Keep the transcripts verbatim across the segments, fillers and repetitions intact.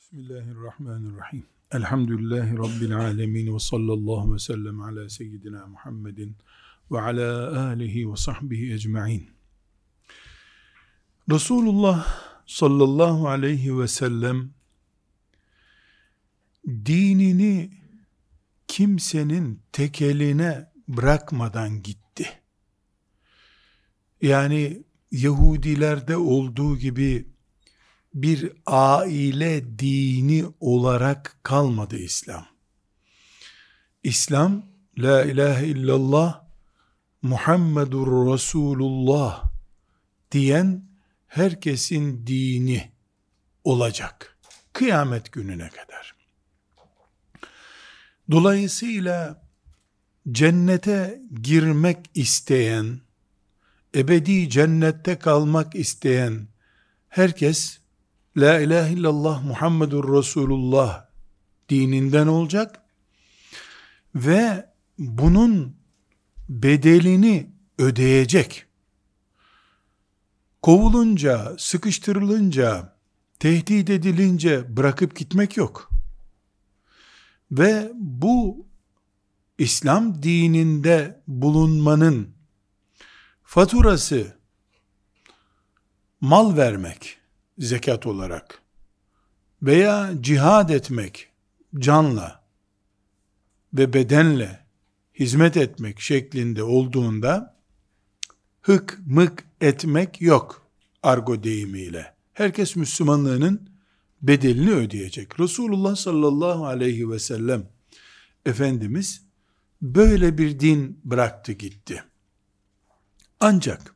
Bismillahirrahmanirrahim. Elhamdülillahi Rabbil alemin ve sallallahu ve sellem ala seyyidina Muhammedin ve ala alihi ve sahbihi ecma'in. Resulullah sallallahu aleyhi ve sellem dinini kimsenin tekeline bırakmadan gitti. Yani Yahudilerde olduğu gibi bir aile dini olarak kalmadı İslam. İslam, La ilahe illallah Muhammedur Resulullah diyen herkesin dini olacak. Kıyamet gününe kadar. Dolayısıyla cennete girmek isteyen, ebedi cennette kalmak isteyen herkes, La ilahe illallah Muhammedur Resulullah dininden olacak ve bunun bedelini ödeyecek. Kovulunca, sıkıştırılınca, tehdit edilince bırakıp gitmek yok. Ve bu İslam dininde bulunmanın faturası mal vermek, zekat olarak veya cihad etmek, canla ve bedenle hizmet etmek şeklinde olduğunda hık mık etmek yok argo deyimiyle. Herkes Müslümanlığının bedelini ödeyecek. Resulullah sallallahu aleyhi ve sellem Efendimiz böyle bir din bıraktı gitti. Ancak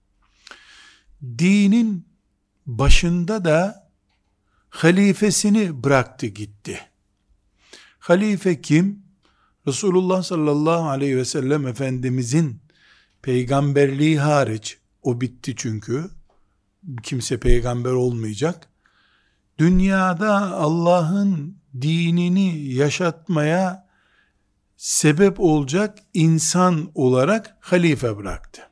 dinin başında da halifesini bıraktı gitti. Halife kim? Resulullah sallallahu aleyhi ve sellem Efendimizin peygamberliği hariç, o bitti çünkü, kimse peygamber olmayacak. Dünyada Allah'ın dinini yaşatmaya sebep olacak insan olarak halife bıraktı.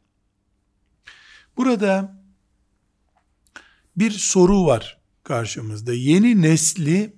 Burada bir soru var karşımızda. Yeni nesli,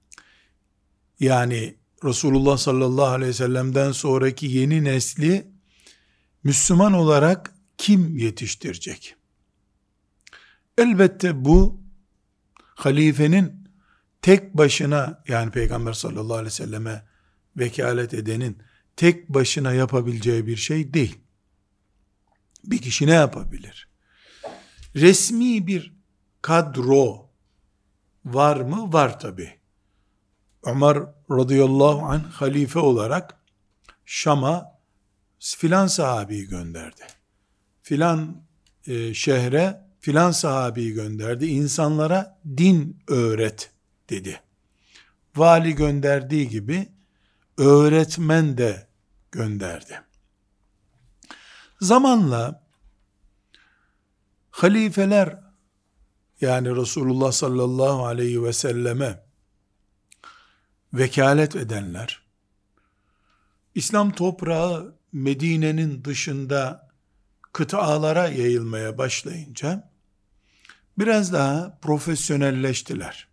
yani Resulullah sallallahu aleyhi ve sellem'den sonraki yeni nesli Müslüman olarak kim yetiştirecek? Elbette bu halifenin tek başına, yani Peygamber sallallahu aleyhi ve selleme vekalet edenin tek başına yapabileceği bir şey değil. Bir kişi ne yapabilir? Resmi bir kadro var mı? Var tabi. Ömer radıyallahu anh halife olarak Şam'a filan sahabeyi gönderdi. Filan e, şehre filan sahabeyi gönderdi. İnsanlara din öğret dedi. Vali gönderdiği gibi öğretmen de gönderdi. Zamanla halifeler, yani Resulullah sallallahu aleyhi ve selleme vekalet edenler, İslam toprağı Medine'nin dışında kıtalara yayılmaya başlayınca biraz daha profesyonelleştiler.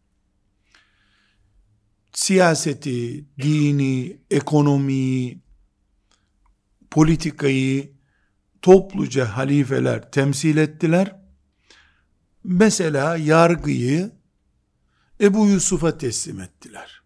Siyaseti, dini, ekonomiyi, politikayı topluca halifeler temsil ettiler. Mesela yargıyı Ebu Yusuf'a teslim ettiler.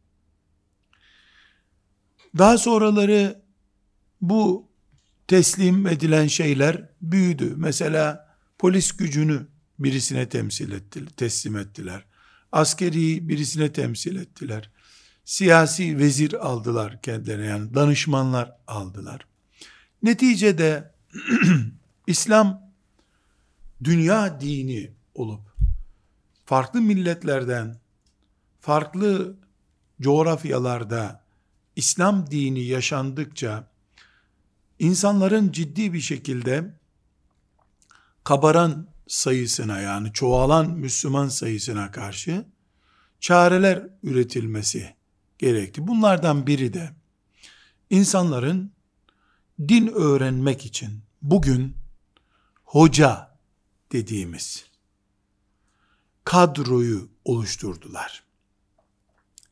Daha sonraları bu teslim edilen şeyler büyüdü. Mesela polis gücünü birisine temsil ettiler, teslim ettiler. Askeri birisine temsil ettiler. Siyasi vezir aldılar kendilerine, yani danışmanlar aldılar. Neticede İslam dünya dini olup farklı milletlerden, farklı coğrafyalarda İslam dini yaşandıkça insanların ciddi bir şekilde kabaran sayısına, yani çoğalan Müslüman sayısına karşı çareler üretilmesi gerekti. Bunlardan biri de insanların din öğrenmek için bugün hoca dediğimiz kadroyu oluşturdular.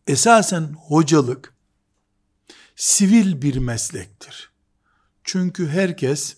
Esasen hocalık sivil bir meslektir. Çünkü herkes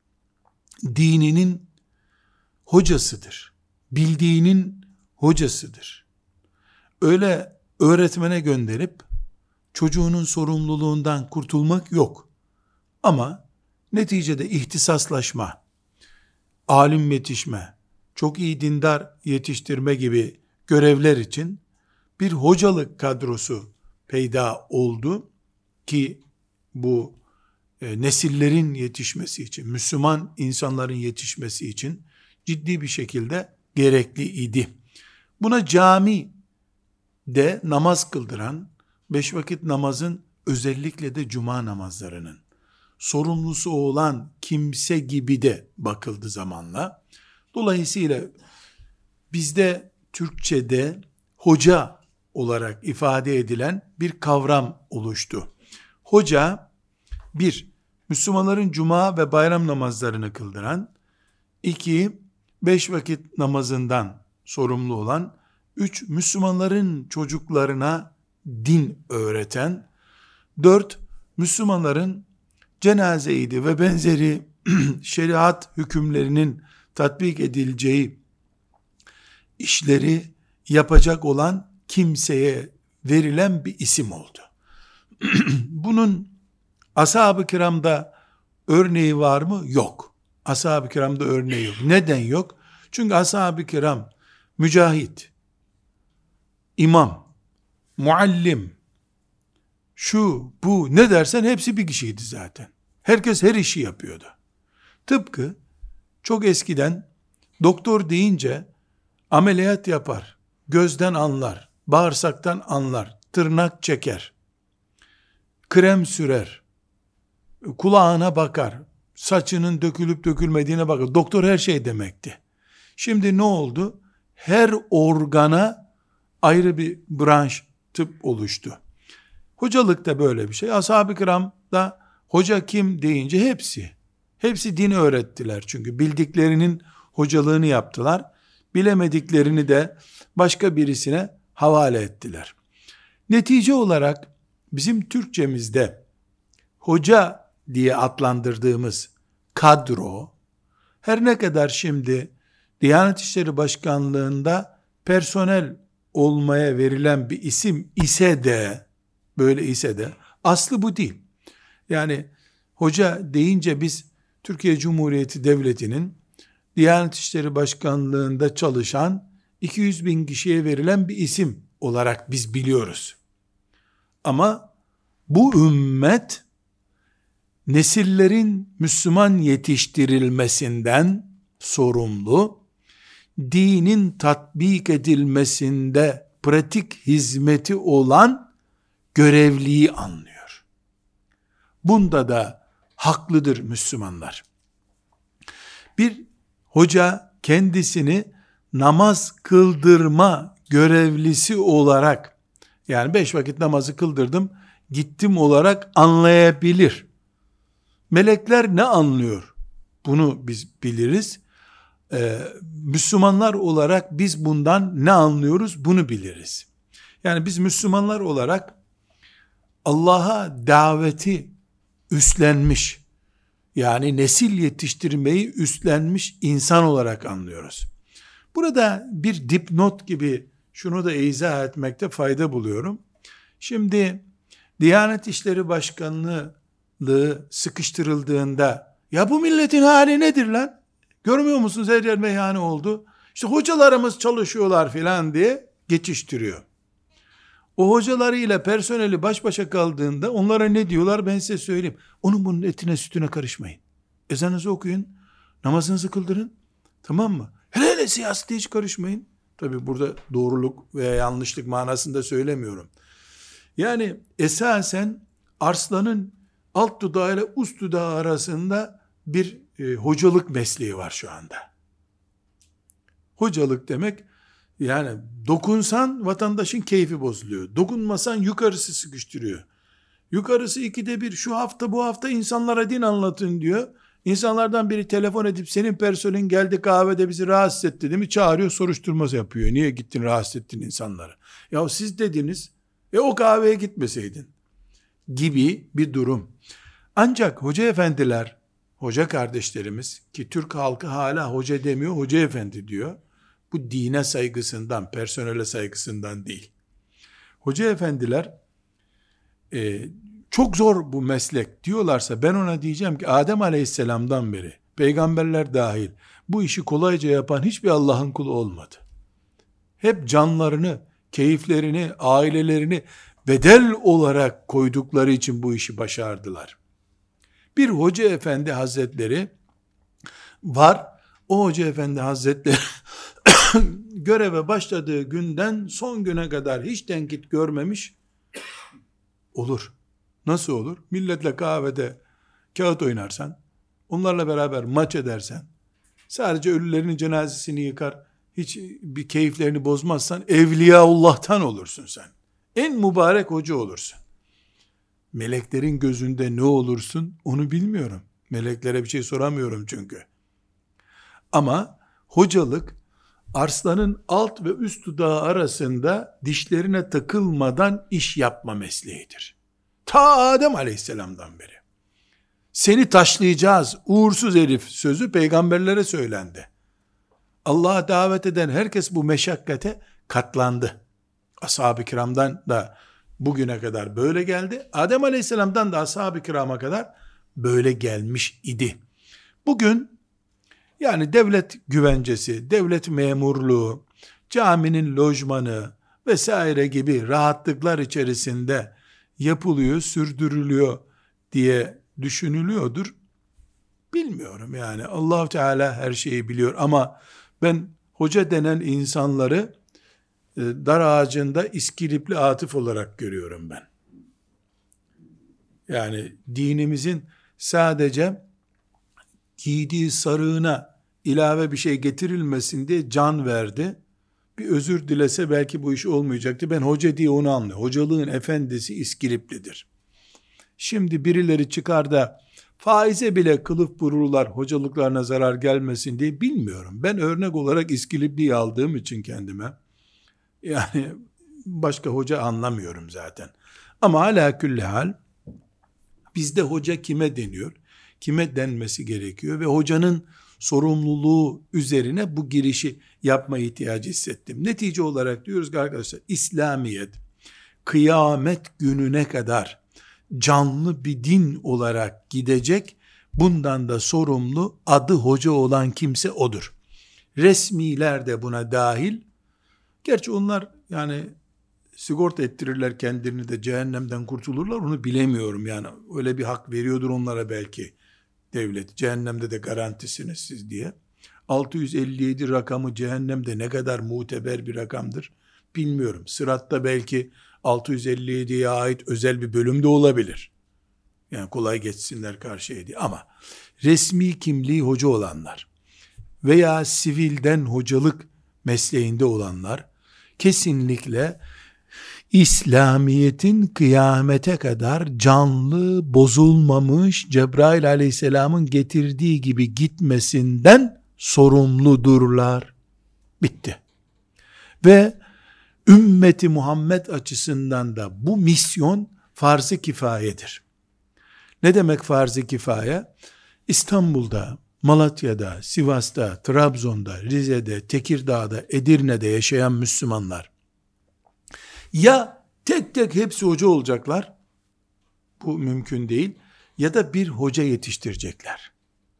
dininin hocasıdır. Bildiğinin hocasıdır. Öyle öğretmene gönderip çocuğunun sorumluluğundan kurtulmak yok. Ama neticede ihtisaslaşma, alim yetişme, çok iyi dindar yetiştirme gibi görevler için bir hocalık kadrosu peyda oldu ki bu e, nesillerin yetişmesi için, Müslüman insanların yetişmesi için ciddi bir şekilde gerekli idi. Buna cami de namaz kıldıran, beş vakit namazın, özellikle de cuma namazlarının sorumlusu olan kimse gibi de bakıldı zamanla. Dolayısıyla bizde Türkçe'de hoca olarak ifade edilen bir kavram oluştu. Hoca, bir, Müslümanların cuma ve bayram namazlarını kıldıran, iki, beş vakit namazından sorumlu olan, üç, Müslümanların çocuklarına din öğreten, dört, Müslümanların cenazeydi ve benzeri şeriat hükümlerinin tatbik edileceği işleri yapacak olan kimseye verilen bir isim oldu. Bunun ashab-ı kiramda örneği var mı? Yok. Ashab-ı kiramda örneği yok. Neden yok? Çünkü ashab-ı kiram mücahit, imam, muallim, şu, bu, ne dersen hepsi bir kişiydi zaten. Herkes her işi yapıyordu. Tıpkı çok eskiden doktor deyince ameliyat yapar, gözden anlar, bağırsaktan anlar, tırnak çeker, krem sürer, kulağına bakar, saçının dökülüp dökülmediğine bakar. Doktor her şey demekti. Şimdi ne oldu? Her organa ayrı bir branş, tıp oluştu. Hocalık da böyle bir şey. Ashab-ı kiram da hoca kim deyince hepsi. Hepsi din öğrettiler çünkü. Bildiklerinin hocalığını yaptılar. Bilemediklerini de başka birisine havale ettiler. Netice olarak bizim Türkçemizde hoca diye adlandırdığımız kadro, her ne kadar şimdi Diyanet İşleri Başkanlığı'nda personel olmaya verilen bir isim ise de, böyle ise de, aslı bu değil. Yani hoca deyince biz Türkiye Cumhuriyeti Devleti'nin Diyanet İşleri Başkanlığı'nda çalışan iki yüz bin kişiye verilen bir isim olarak biz biliyoruz. Ama bu ümmet nesillerin Müslüman yetiştirilmesinden sorumlu, dinin tatbik edilmesinde pratik hizmeti olan görevliyi anlıyor. Bunda da haklıdır Müslümanlar. Bir hoca kendisini namaz kıldırma görevlisi olarak, yani beş vakit namazı kıldırdım, gittim olarak anlayabilir. Melekler ne anlıyor? Bunu biz biliriz. Ee, Müslümanlar olarak biz bundan ne anlıyoruz? Bunu biliriz. Yani biz Müslümanlar olarak Allah'a daveti üstlenmiş, yani nesil yetiştirmeyi üstlenmiş insan olarak anlıyoruz. Burada bir dipnot gibi şunu da izah etmekte fayda buluyorum. Şimdi Diyanet İşleri Başkanlığı sıkıştırıldığında, ya bu milletin hali nedir lan? Görmüyor musunuz, her yer meyhane oldu. İşte hocalarımız çalışıyorlar filan diye geçiştiriyor. O hocalarıyla personeli baş başa kaldığında onlara ne diyorlar ben size söyleyeyim. Onun bunun etine sütüne karışmayın. Ezanınızı okuyun, namazınızı kıldırın, tamam mı? Hele hele siyasete hiç karışmayın. Tabi burada doğruluk veya yanlışlık manasında söylemiyorum. Yani esasen arslanın alt dudağı ile üst dudağı arasında bir e, hocalık mesleği var şu anda. Hocalık demek, yani dokunsan vatandaşın keyfi bozuluyor. Dokunmasan yukarısı sıkıştırıyor. Yukarısı ikide bir şu hafta bu hafta insanlara din anlatın diyor. İnsanlardan biri telefon edip senin personelin geldi kahvede bizi rahatsız etti değil mi? Çağırıyor, soruşturması yapıyor. Niye gittin rahatsız ettin insanları? Ya siz dediniz, E o kahveye gitmeseydin gibi bir durum. Ancak hoca efendiler, hoca kardeşlerimiz ki Türk halkı hala hoca demiyor, hoca efendi diyor. Bu dine saygısından, personele saygısından değil. Hoca efendiler e, çok zor bu meslek diyorlarsa ben ona diyeceğim ki Adem Aleyhisselam'dan beri peygamberler dahil bu işi kolayca yapan hiçbir Allah'ın kulu olmadı. Hep canlarını, keyiflerini, ailelerini bedel olarak koydukları için bu işi başardılar. Bir hoca efendi hazretleri var. O hoca efendi hazretleri göreve başladığı günden son güne kadar hiç tenkit görmemiş. Olur. Nasıl olur? Milletle kahvede kağıt oynarsan, onlarla beraber maç edersen, sadece ölülerin cenazesini yıkar, hiç bir keyiflerini bozmazsan Evliyaullah'tan olursun sen. En mübarek hoca olursun. Meleklerin gözünde ne olursun onu bilmiyorum. Meleklere bir şey soramıyorum çünkü. Ama hocalık arslanın alt ve üst dudağı arasında dişlerine takılmadan iş yapma mesleğidir. Ta Adem Aleyhisselam'dan beri. Seni taşlayacağız uğursuz herif sözü peygamberlere söylendi. Allah'a davet eden herkes bu meşakkate katlandı. Ashab-ı kiramdan da bugüne kadar böyle geldi. Adem Aleyhisselam'dan da ashab-ı kirama kadar böyle gelmiş idi. Bugün yani devlet güvencesi, devlet memurluğu, caminin lojmanı vesaire gibi rahatlıklar içerisinde yapılıyor, sürdürülüyor diye düşünülüyordur. Bilmiyorum yani. Allah Teala her şeyi biliyor ama ben hoca denen insanları e, dar ağacında iskilipli atıf olarak görüyorum ben. Yani dinimizin sadece giydiği sarığına ilave bir şey getirilmesin diye can verdi. Bir özür dilese belki bu iş olmayacaktı. Ben hoca diye onu anlıyorum. Hocalığın efendisi iskiliplidir. Şimdi birileri çıkar da faize bile kılıf vururlar hocalıklarına zarar gelmesin diye bilmiyorum. Ben örnek olarak İskilipli'yi aldığım için kendime yani başka hoca anlamıyorum zaten. Ama ala külli hal bizde hoca kime deniyor? Kime denmesi gerekiyor ve hocanın sorumluluğu üzerine bu girişi yapma ihtiyacı hissettim. Netice olarak diyoruz ki arkadaşlar İslamiyet kıyamet gününe kadar canlı bir din olarak gidecek. Bundan da sorumlu adı hoca olan kimse odur. Resmiler de buna dahil. Gerçi onlar yani sigorta ettirirler kendilerini de cehennemden kurtulurlar onu bilemiyorum yani. Öyle bir hak veriyordur onlara belki devlet. Cehennemde de garantisiniz siz diye. altı yüz elli yedi rakamı cehennemde ne kadar muteber bir rakamdır bilmiyorum. Sıratta belki altı yüz elli yediye ait özel bir bölüm de olabilir. Yani kolay geçsinler karşıya diye. Ama resmi kimliği hoca olanlar veya sivilden hocalık mesleğinde olanlar kesinlikle İslamiyet'in kıyamete kadar canlı, bozulmamış Cebrail aleyhisselamın getirdiği gibi gitmesinden sorumludurlar. Bitti. Ve ümmeti Muhammed açısından da bu misyon farz-ı kifayedir. Ne demek farz-ı kifaye? İstanbul'da, Malatya'da, Sivas'ta, Trabzon'da, Rize'de, Tekirdağ'da, Edirne'de yaşayan Müslümanlar ya tek tek hepsi hoca olacaklar, bu mümkün değil, ya da bir hoca yetiştirecekler.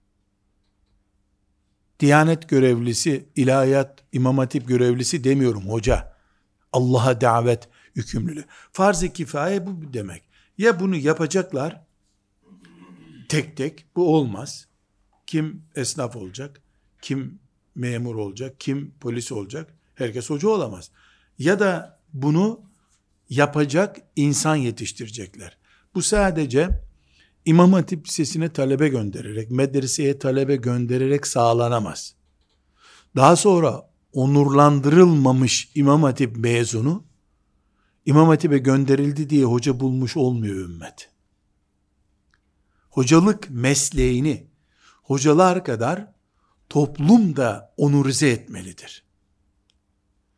Diyanet görevlisi, ilahiyat, İmam Hatip görevlisi demiyorum, hoca. Allah'a davet yükümlülüğü. Farz-ı kifaye bu demek. Ya bunu yapacaklar, tek tek, bu olmaz. Kim esnaf olacak, kim memur olacak, kim polis olacak, herkes hoca olamaz. Ya da bunu yapacak insan yetiştirecekler. Bu sadece İmam Hatip Lisesi'ne talebe göndererek, medreseye talebe göndererek sağlanamaz. Daha sonra onurlandırılmamış İmam Hatip mezunu, İmam Hatip'e gönderildi diye hoca bulmuş olmuyor ümmet. Hocalık mesleğini hocalar kadar toplum da onurize etmelidir.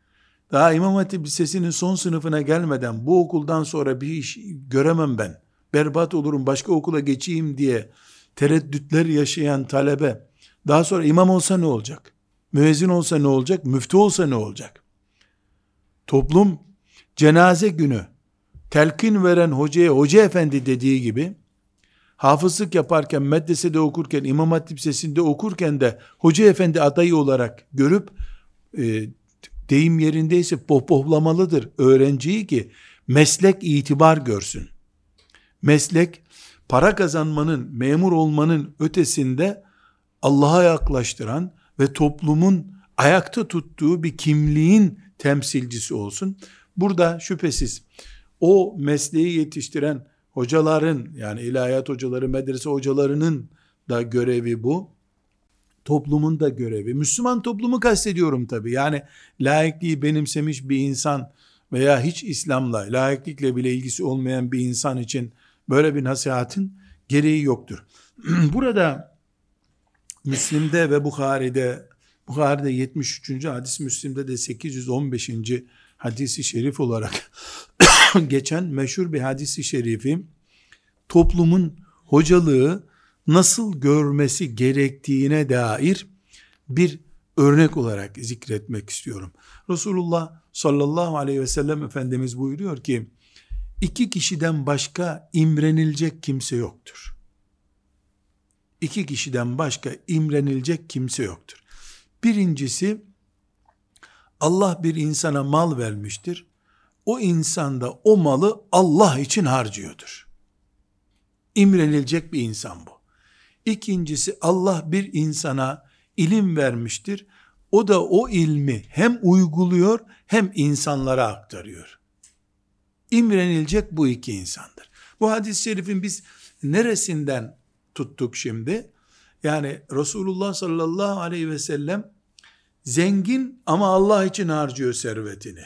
Daha İmam Hatip Lisesi'nin son sınıfına gelmeden bu okuldan sonra bir iş göremem ben, berbat olurum, başka okula geçeyim diye tereddütler yaşayan talebe daha sonra imam olsa ne olacak? Müezzin olsa ne olacak? Müftü olsa ne olacak? Toplum cenaze günü telkin veren hocaya hoca efendi dediği gibi, hafızlık yaparken, medresede okurken, İmam Hatip Lisesi'nde okurken de hoca efendi adayı olarak görüp e, deyim yerindeyse pohpohlamalıdır öğrenciyi ki meslek itibar görsün. Meslek para kazanmanın, memur olmanın ötesinde Allah'a yaklaştıran ve toplumun ayakta tuttuğu bir kimliğin temsilcisi olsun. Burada şüphesiz o mesleği yetiştiren hocaların, yani ilahiyat hocaları, medrese hocalarının da görevi bu. Toplumun da görevi. Müslüman toplumu kastediyorum tabii. Yani laikliği benimsemiş bir insan veya hiç İslam'la, laiklikle bile ilgisi olmayan bir insan için böyle bir nasihatin gereği yoktur. Burada Müslim'de ve Bukhari'de, Bukhari'de yetmiş üçüncü hadis, Müslim'de de sekiz yüz on beşinci hadisi şerif olarak geçen meşhur bir hadisi şerifi, toplumun hocalığı nasıl görmesi gerektiğine dair bir örnek olarak zikretmek istiyorum. Resulullah sallallahu aleyhi ve sellem Efendimiz buyuruyor ki, iki kişiden başka imrenilecek kimse yoktur. İki kişiden başka imrenilecek kimse yoktur. Birincisi, Allah bir insana mal vermiştir. O insan da o malı Allah için harcıyordur. İmrenilecek bir insan bu. İkincisi, Allah bir insana ilim vermiştir. O da o ilmi hem uyguluyor hem insanlara aktarıyor. İmrenilecek bu iki insandır. Bu hadis-i şerifin biz neresinden tuttuk şimdi? Yani Resulullah sallallahu aleyhi ve sellem zengin ama Allah için harcıyor servetini.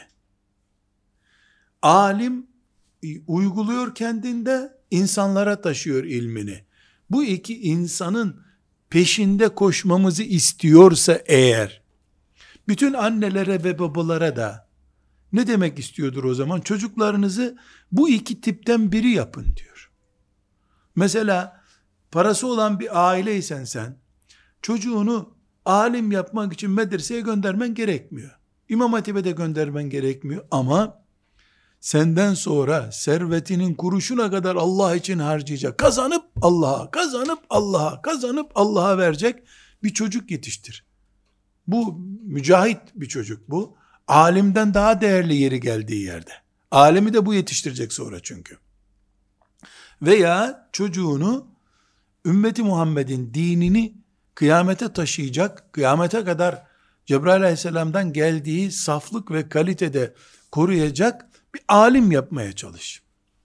Alim uyguluyor kendinde, insanlara taşıyor ilmini. Bu iki insanın peşinde koşmamızı istiyorsa eğer, bütün annelere ve babalara da ne demek istiyordur o zaman? Çocuklarınızı bu iki tipten biri yapın diyor. Mesela parası olan bir aileysen sen, çocuğunu alim yapmak için medreseye göndermen gerekmiyor. İmam Hatip'e de göndermen gerekmiyor ama senden sonra servetinin kuruşuna kadar Allah için harcayacak, kazanıp Allah'a, kazanıp Allah'a, kazanıp Allah'a verecek bir çocuk yetiştir. Bu mücahit bir çocuk bu. Alimden daha değerli yeri geldiği yerde. Alimi de bu yetiştirecek sonra çünkü. Veya çocuğunu ümmeti Muhammed'in dinini kıyamete taşıyacak, kıyamete kadar Cebrail aleyhisselamdan geldiği saflık ve kalitede koruyacak bir alim yapmaya çalış.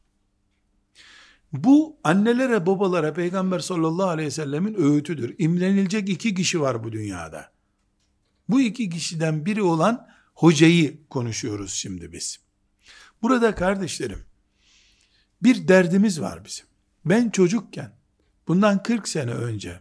Bu annelere, babalara Peygamber sallallahu aleyhi ve sellemin öğütüdür. İmrenilecek iki kişi var bu dünyada. Bu iki kişiden biri olan hocayı konuşuyoruz şimdi biz. Burada kardeşlerim, bir derdimiz var bizim. Ben çocukken, bundan kırk sene önce,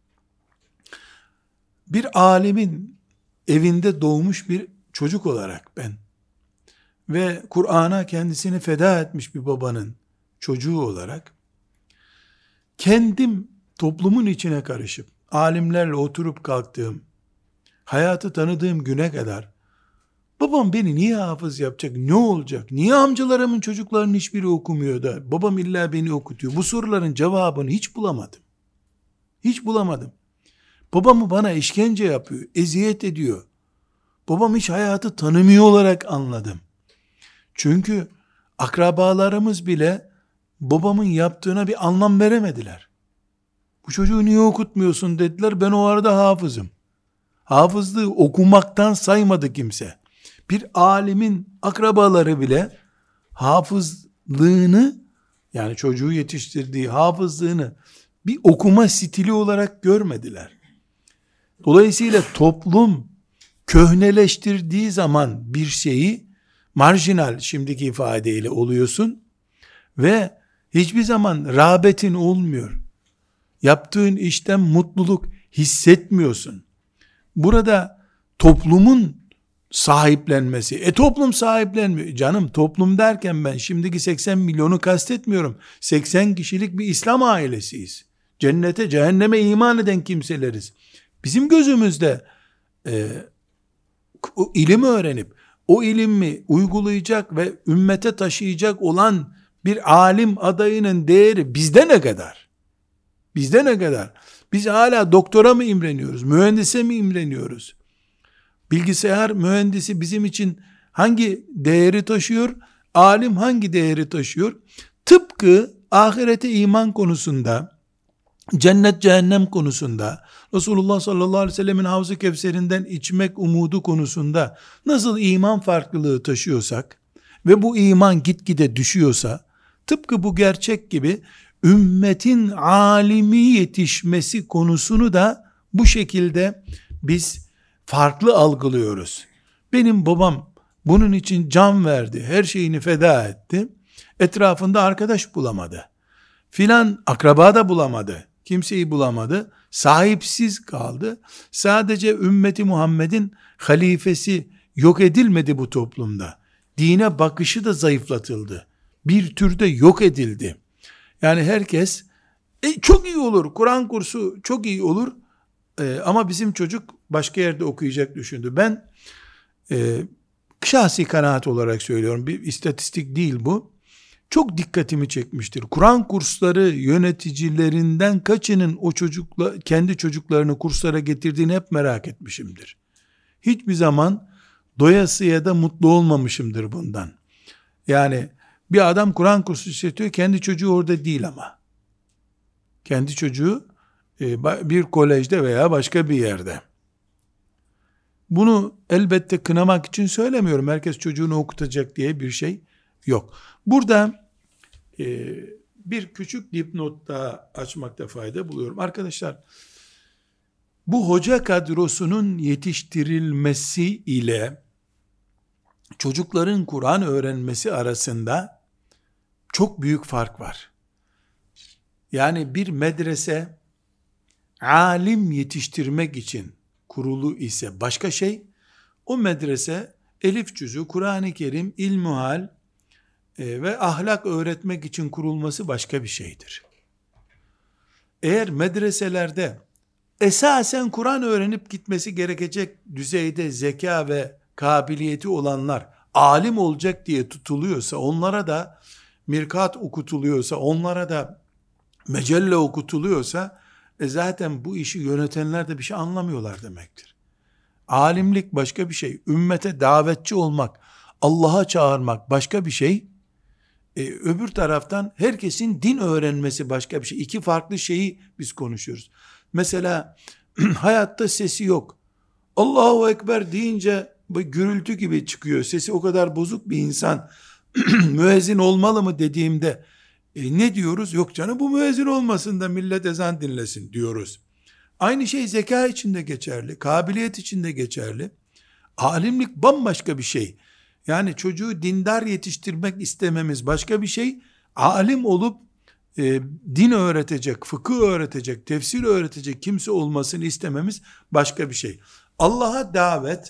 bir alimin evinde doğmuş bir çocuk olarak ben ve Kur'an'a kendisini feda etmiş bir babanın çocuğu olarak kendim toplumun içine karışıp alimlerle oturup kalktığım, hayatı tanıdığım güne kadar babam beni niye hafız yapacak, ne olacak, niye amcalarımın çocuklarının hiçbiri okumuyor da babam illa beni okutuyor, bu soruların cevabını hiç bulamadım. Hiç bulamadım. Babamı bana işkence yapıyor, eziyet ediyor. Babam hiç hayatı tanımıyor olarak anladım. Çünkü akrabalarımız bile babamın yaptığına bir anlam veremediler. Bu çocuğu niye okutmuyorsun dediler, ben o arada hafızım. Hafızlığı okumaktan saymadı kimse. Bir alimin akrabaları bile hafızlığını, yani çocuğu yetiştirdiği hafızlığını bir okuma stili olarak görmediler. Dolayısıyla toplum köhneleştirdiği zaman bir şeyi marjinal, şimdiki ifadeyle oluyorsun ve hiçbir zaman rağbetin olmuyor. Yaptığın işten mutluluk hissetmiyorsun. Burada toplumun sahiplenmesi. E toplum sahiplenmiyor. Canım, toplum derken ben şimdiki seksen milyonu kastetmiyorum. seksen kişilik bir İslam ailesiyiz. Cennete, cehenneme iman eden kimseleriz. Bizim gözümüzde e, o ilim öğrenip o ilimi uygulayacak ve ümmete taşıyacak olan bir alim adayının değeri bizde ne kadar? Bizde ne kadar? Biz hala doktora mı imreniyoruz? Mühendise mi imreniyoruz? Bilgisayar mühendisi bizim için hangi değeri taşıyor? Alim hangi değeri taşıyor? Tıpkı ahirete iman konusunda, cennet cehennem konusunda, Resulullah sallallahu aleyhi ve sellemin Havz-ı Kevser'inden içmek umudu konusunda nasıl iman farklılığı taşıyorsak ve bu iman gitgide düşüyorsa, tıpkı bu gerçek gibi ümmetin alimi yetişmesi konusunu da bu şekilde biz farklı algılıyoruz. Benim babam bunun için can verdi, her şeyini feda etti. Etrafında arkadaş bulamadı. Filan akraba da bulamadı. Kimseyi bulamadı. Sahipsiz kaldı. Sadece ümmeti Muhammed'in halifesi yok edilmedi bu toplumda. Dine bakışı da zayıflatıldı. Bir türde yok edildi. Yani herkes e, çok iyi olur, Kur'an kursu çok iyi olur e, ama bizim çocuk başka yerde okuyacak düşündü. Ben e, şahsi kanaat olarak söylüyorum, bir istatistik değil bu. Çok dikkatimi çekmiştir. Kur'an kursları yöneticilerinden kaçının o çocukla kendi çocuklarını kurslara getirdiğini hep merak etmişimdir. Hiçbir zaman doyasıya da mutlu olmamışımdır bundan. Yani bir adam Kur'an kursu işletiyor, kendi çocuğu orada değil ama. Kendi çocuğu bir kolejde veya başka bir yerde. Bunu elbette kınamak için söylemiyorum. Herkes çocuğunu okutacak diye bir şey yok. Burada e, bir küçük dipnot daha açmakta fayda buluyorum. Arkadaşlar, bu hoca kadrosunun yetiştirilmesi ile çocukların Kur'an öğrenmesi arasında çok büyük fark var. Yani bir medrese alim yetiştirmek için kurulu ise başka şey, o medrese elif cüzü, Kur'an-ı Kerim, ilmuhal e, ve ahlak öğretmek için kurulması başka bir şeydir. Eğer medreselerde esasen Kur'an öğrenip gitmesi gerekecek düzeyde zeka ve kabiliyeti olanlar alim olacak diye tutuluyorsa, onlara da mirkat okutuluyorsa, onlara da mecelle okutuluyorsa, e zaten bu işi yönetenler de bir şey anlamıyorlar demektir. Alimlik başka bir şey, ümmete davetçi olmak, Allah'a çağırmak başka bir şey, e, öbür taraftan herkesin din öğrenmesi başka bir şey. İki farklı şeyi biz konuşuyoruz. Mesela hayatta sesi yok. Allahu Ekber deyince bu gürültü gibi çıkıyor. Sesi o kadar bozuk bir insan müezzin olmalı mı dediğimde e, ne diyoruz? Yok canım, bu müezzin olmasın da millet ezan dinlesin diyoruz. Aynı şey zeka için de geçerli, kabiliyet için de geçerli. Alimlik bambaşka bir şey. Yani çocuğu dindar yetiştirmek istememiz başka bir şey. Alim olup e, din öğretecek, fıkıh öğretecek, tefsir öğretecek kimse olmasını istememiz başka bir şey. Allah'a davet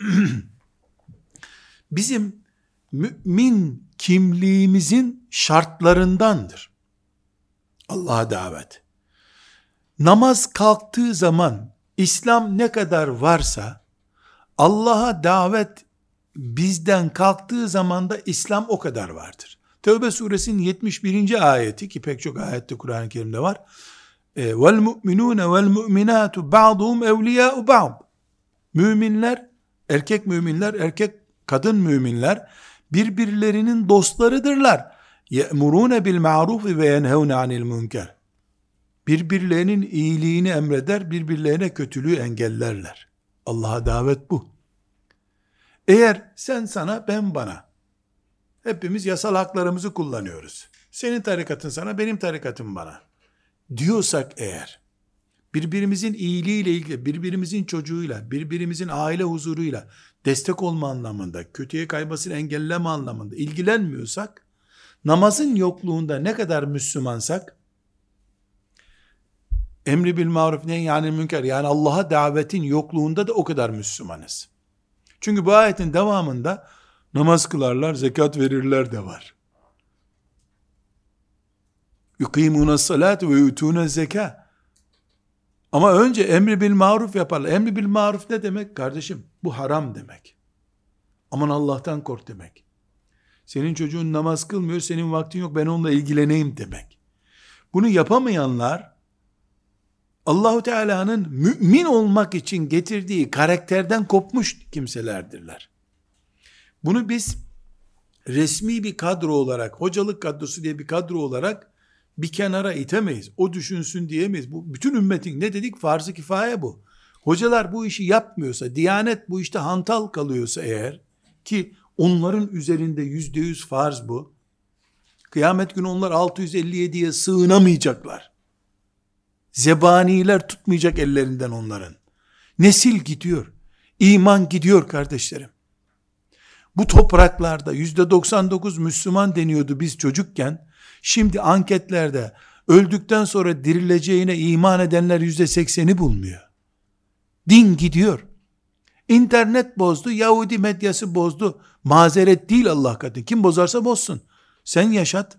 bizim mümin kimliğimizin şartlarındandır. Allah'a davet. Namaz kalktığı zaman İslam ne kadar varsa, Allah'a davet bizden kalktığı zaman da İslam o kadar vardır. Tevbe suresinin yetmiş birinci ayeti, ki pek çok ayette Kur'an-ı Kerim'de var. Vel mu'minune vel mu'minatu ba'duhum evliya'u ba'd. Müminler, erkek müminler, erkek kadın müminler birbirlerinin dostlarıdırlar. Ye'murune bil ma'ruf ve yenhevne anil münker. Birbirlerinin iyiliğini emreder, birbirlerine kötülüğü engellerler. Allah'a davet bu. Eğer sen sana, ben bana, hepimiz yasal haklarımızı kullanıyoruz. Senin tarikatın sana, benim tarikatım bana diyorsak eğer, birbirimizin iyiliğiyle ilgili, birbirimizin çocuğuyla, birbirimizin aile huzuruyla destek olma anlamında, kötüye kaymasını engelleme anlamında ilgilenmiyorsak, namazın yokluğunda ne kadar Müslümansak, emri bil maruf nehyi anil münker, yani Allah'a davetin yokluğunda da o kadar Müslümanız. Çünkü bu ayetin devamında namaz kılarlar, zekat verirler de var. Yukimûne salâte ve yutûne zekâ. Ama önce emri bil maruf yaparlar. Emri bil maruf ne demek kardeşim? Bu haram demek. Aman Allah'tan kork demek. Senin çocuğun namaz kılmıyor, senin vaktin yok, ben onunla ilgileneyim demek. Bunu yapamayanlar, Allahu Teala'nın mümin olmak için getirdiği karakterden kopmuş kimselerdirler. Bunu biz resmi bir kadro olarak, hocalık kadrosu diye bir kadro olarak bir kenara itemeyiz. O düşünsün diyemeyiz. Bu bütün ümmetin, ne dedik? Farz-ı kifaye bu. Hocalar bu işi yapmıyorsa, Diyanet bu işte hantal kalıyorsa eğer, ki onların üzerinde yüzde yüz farz bu. Kıyamet günü onlar altı yüz elli yediye sığınamayacaklar. Zebaniler tutmayacak ellerinden onların. Nesil gidiyor. İman gidiyor kardeşlerim. Bu topraklarda yüzde doksan dokuz Müslüman deniyordu biz çocukken. Şimdi anketlerde öldükten sonra dirileceğine iman edenler yüzde sekseni bulmuyor. Din gidiyor. İnternet bozdu, Yahudi medyası bozdu. Mazeret değil Allah katında. Kim bozarsa bozsun. Sen yaşat.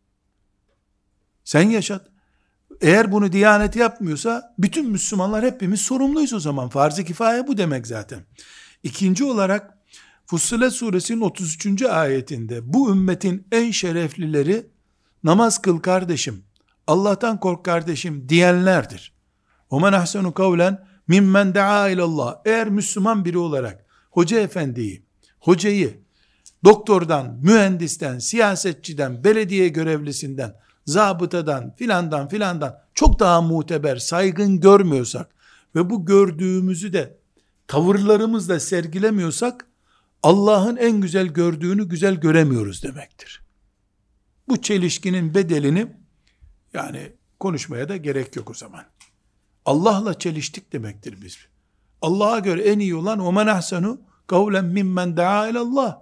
Sen yaşat. Eğer bunu Diyanet yapmıyorsa bütün Müslümanlar hepimiz sorumluyuz o zaman. Farz-ı kifaye bu demek zaten. İkinci olarak Fussilet suresinin otuz üçüncü ayetinde bu ümmetin en şereflileri namaz kıl kardeşim, Allah'tan kork kardeşim diyenlerdir. وَمَنْ أَحْسَنُ قَوْلًا مِمَّنْ دَعَا ilallah. Eğer Müslüman biri olarak hoca efendiyi, hocayı, doktordan, mühendisten, siyasetçiden, belediye görevlisinden, zabıtadan, filandan filandan çok daha muteber, saygın görmüyorsak ve bu gördüğümüzü de tavırlarımızla sergilemiyorsak, Allah'ın en güzel gördüğünü güzel göremiyoruz demektir. Bu çelişkinin bedelini yani konuşmaya da gerek yok o zaman. Allah'la çeliştik demektir biz. Allah'a göre en iyi olan وَمَنْ أَحْسَنُ قَوْلًا مِمَّنْ دَعَا اِلَى اللّٰهِ.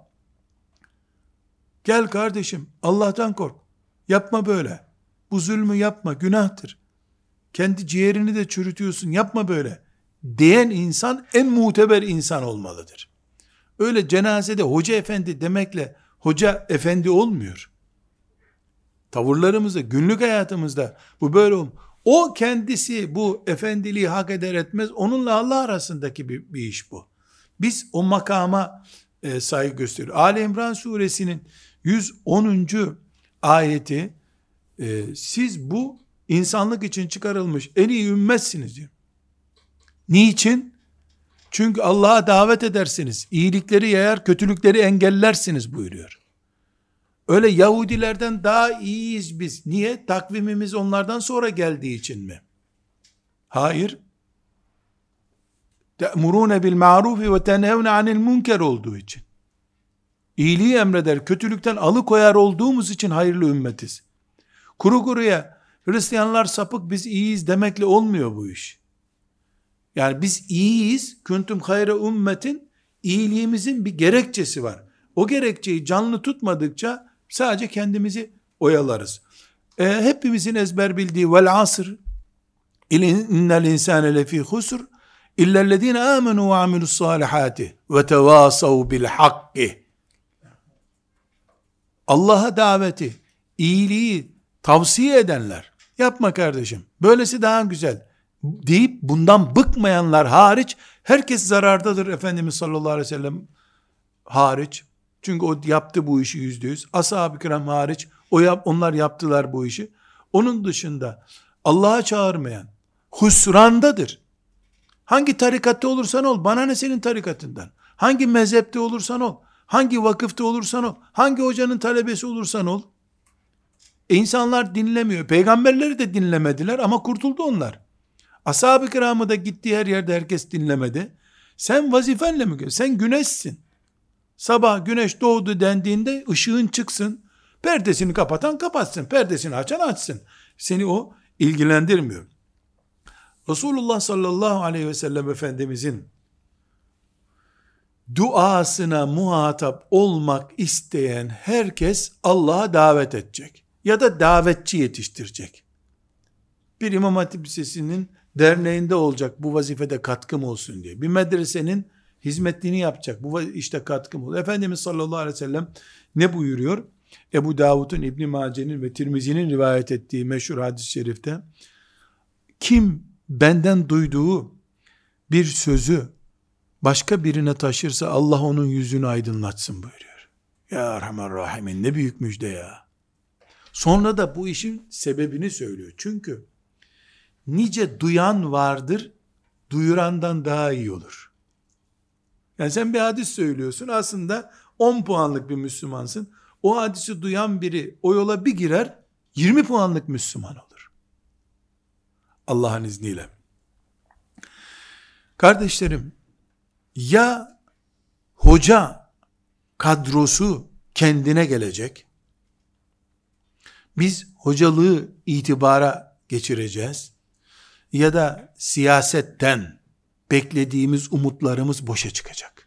Gel kardeşim, Allah'tan kork. Yapma böyle. Bu zulmü yapma, günahtır. Kendi ciğerini de çürütüyorsun, yapma böyle. Diyen insan en muteber insan olmalıdır. Öyle cenazede hoca efendi demekle hoca efendi olmuyor. Tavırlarımızda, günlük hayatımızda bu böyle olmuyor. O kendisi bu efendiliği hak eder etmez, onunla Allah arasındaki bir, bir iş bu. Biz o makama e, saygı gösteriyoruz. Ali İmran suresinin yüz onuncu ayeti, e, siz bu insanlık için çıkarılmış en iyi ümmetsiniz diyor. Niçin? Çünkü Allah'a davet edersiniz, iyilikleri yayar, kötülükleri engellersiniz buyuruyor. Öyle Yahudilerden daha iyiyiz biz. Niye? Takvimimiz onlardan sonra geldiği için mi? Hayır. Te'murûne bil ma'rufi ve tenhevne anil münker olduğu için. İyiliği emreder, kötülükten alıkoyar olduğumuz için hayırlı ümmetiz. Kuru kuruya Hristiyanlar sapık, biz iyiyiz demekle olmuyor bu iş. Yani biz iyiyiz, kuntum hayre ümmetin, iyiliğimizin bir gerekçesi var. O gerekçeyi canlı tutmadıkça sadece kendimizi oyalarız. E, hepimizin ezber bildiği vel asr innel insane lefî husr illellezîne âmenû ve amilussâlihâti ve tevâsav bil hakki. Allah'a daveti, iyiliği tavsiye edenler, yapma kardeşim, böylesi daha güzel deyip bundan bıkmayanlar hariç, herkes zarardadır Efendimiz sallallahu aleyhi ve sellem hariç. Çünkü o yaptı bu işi yüzde yüz. Ashab-ı kiram hariç, o yap, onlar yaptılar bu işi. Onun dışında Allah'a çağırmayan husrandadır. Hangi tarikatta olursan ol, bana ne senin tarikatından? Hangi mezhepte olursan ol, hangi vakıfta olursan ol, hangi hocanın talebesi olursan ol. E insanlar dinlemiyor. Peygamberleri de dinlemediler ama kurtuldu onlar. Ashab-ı kiramı da gittiği her yerde herkes dinlemedi. Sen vazifenle mi? Sen güneşsin. Sabah güneş doğdu dendiğinde ışığın çıksın. Perdesini kapatan kapatsın. Perdesini açan açsın. Seni o ilgilendirmiyor. Resulullah sallallahu aleyhi ve sellem Efendimizin duasına muhatap olmak isteyen herkes Allah'a davet edecek. Ya da davetçi yetiştirecek. Bir İmam Hatip Lisesi'nin derneğinde olacak bu vazifede katkım olsun diye. Bir medresenin hizmetliğini yapacak. Bu işte katkım olur. Efendimiz sallallahu aleyhi ve sellem ne buyuruyor? Ebu Davud'un, İbn Mace'nin ve Tirmizi'nin rivayet ettiği meşhur hadis-i şerifte, kim benden duyduğu bir sözü başka birine taşırsa Allah onun yüzünü aydınlatsın buyuruyor. Ya Erhamer Rahimin, ne büyük müjde ya. Sonra da bu işin sebebini söylüyor. Çünkü nice duyan vardır, duyurandan daha iyi olur. Yani sen bir hadis söylüyorsun, aslında on puanlık bir Müslümansın. O hadisi duyan biri o yola bir girer, yirmi puanlık Müslüman olur. Allah'ın izniyle. Kardeşlerim, ya hoca kadrosu kendine gelecek, biz hocalığı itibara geçireceğiz, ya da siyasetten beklediğimiz umutlarımız boşa çıkacak.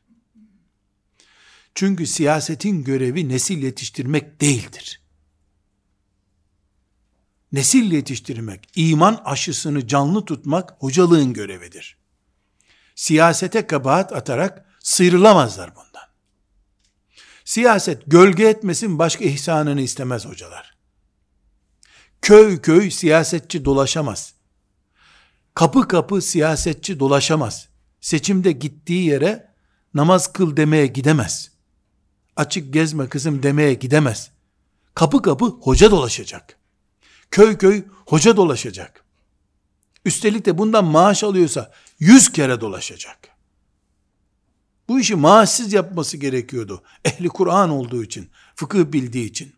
Çünkü siyasetin görevi nesil yetiştirmek değildir. Nesil yetiştirmek, iman aşısını canlı tutmak hocalığın görevidir. Siyasete kabahat atarak sıyrılamazlar bundan. Siyaset gölge etmesin, başka ihsanını istemez hocalar. Köy köy siyasetçi dolaşamaz. Kapı kapı siyasetçi dolaşamaz. Seçimde gittiği yere namaz kıl demeye gidemez. Açık gezme kızım demeye gidemez. Kapı kapı hoca dolaşacak. Köy köy hoca dolaşacak. Üstelik de bundan maaş alıyorsa yüz kere dolaşacak. Bu işi maaşsız yapması gerekiyordu. Ehli Kur'an olduğu için, fıkıh bildiği için.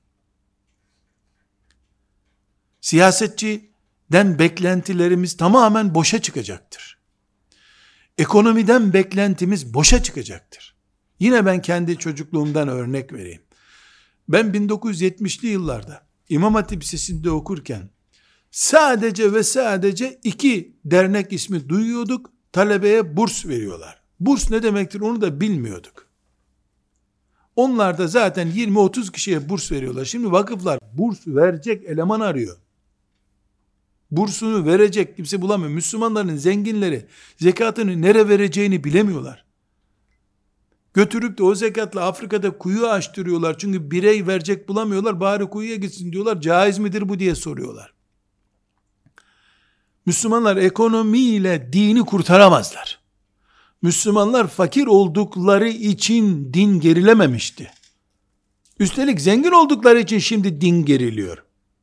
Siyasetçiden beklentilerimiz tamamen boşa çıkacaktır. Ekonomiden beklentimiz boşa çıkacaktır. Yine ben kendi çocukluğumdan örnek vereyim. Ben bin dokuz yüz yetmişli yıllarda İmam Hatip Lisesi'nde okurken sadece ve sadece iki dernek ismi duyuyorduk. Talebeye burs veriyorlar. Burs ne demektir onu da bilmiyorduk. Onlar da zaten yirmi otuz kişiye burs veriyorlar. Şimdi vakıflar burs verecek eleman arıyor. Bursunu verecek kimse bulamıyor. Müslümanların zenginleri zekatını nereye vereceğini bilemiyorlar. Götürüp de o zekatla Afrika'da kuyu açtırıyorlar. Çünkü birey verecek bulamıyorlar. Bari kuyuya gitsin diyorlar. Caiz midir bu diye soruyorlar. Müslümanlar ekonomiyle dini kurtaramazlar. Müslümanlar fakir oldukları için din gerilememişti. Üstelik zengin oldukları için şimdi din geriliyor.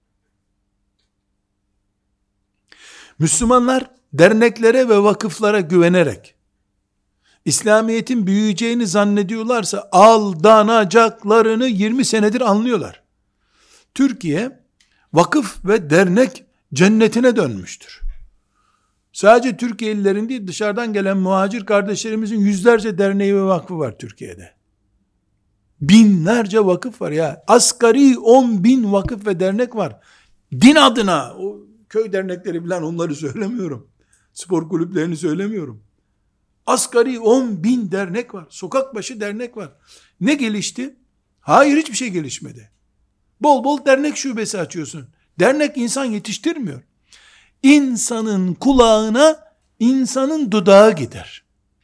Müslümanlar derneklere ve vakıflara güvenerek İslamiyet'in büyüyeceğini zannediyorlarsa aldanacaklarını yirmi senedir anlıyorlar. Türkiye vakıf ve dernek cennetine dönmüştür. Sadece Türkiye'lilerin değil, dışarıdan gelen muhacir kardeşlerimizin yüzlerce derneği ve vakfı var Türkiye'de. Binlerce vakıf var ya. Asgari on bin vakıf ve dernek var. Din adına, o köy dernekleri falan onları söylemiyorum. Spor kulüplerini söylemiyorum. Asgari on bin dernek var. Sokak başı dernek var. Ne gelişti? Hayır, hiçbir şey gelişmedi. Bol bol dernek şubesi açıyorsun. Dernek insan yetiştirmiyor. İnsanın kulağına insanın dudağı gider.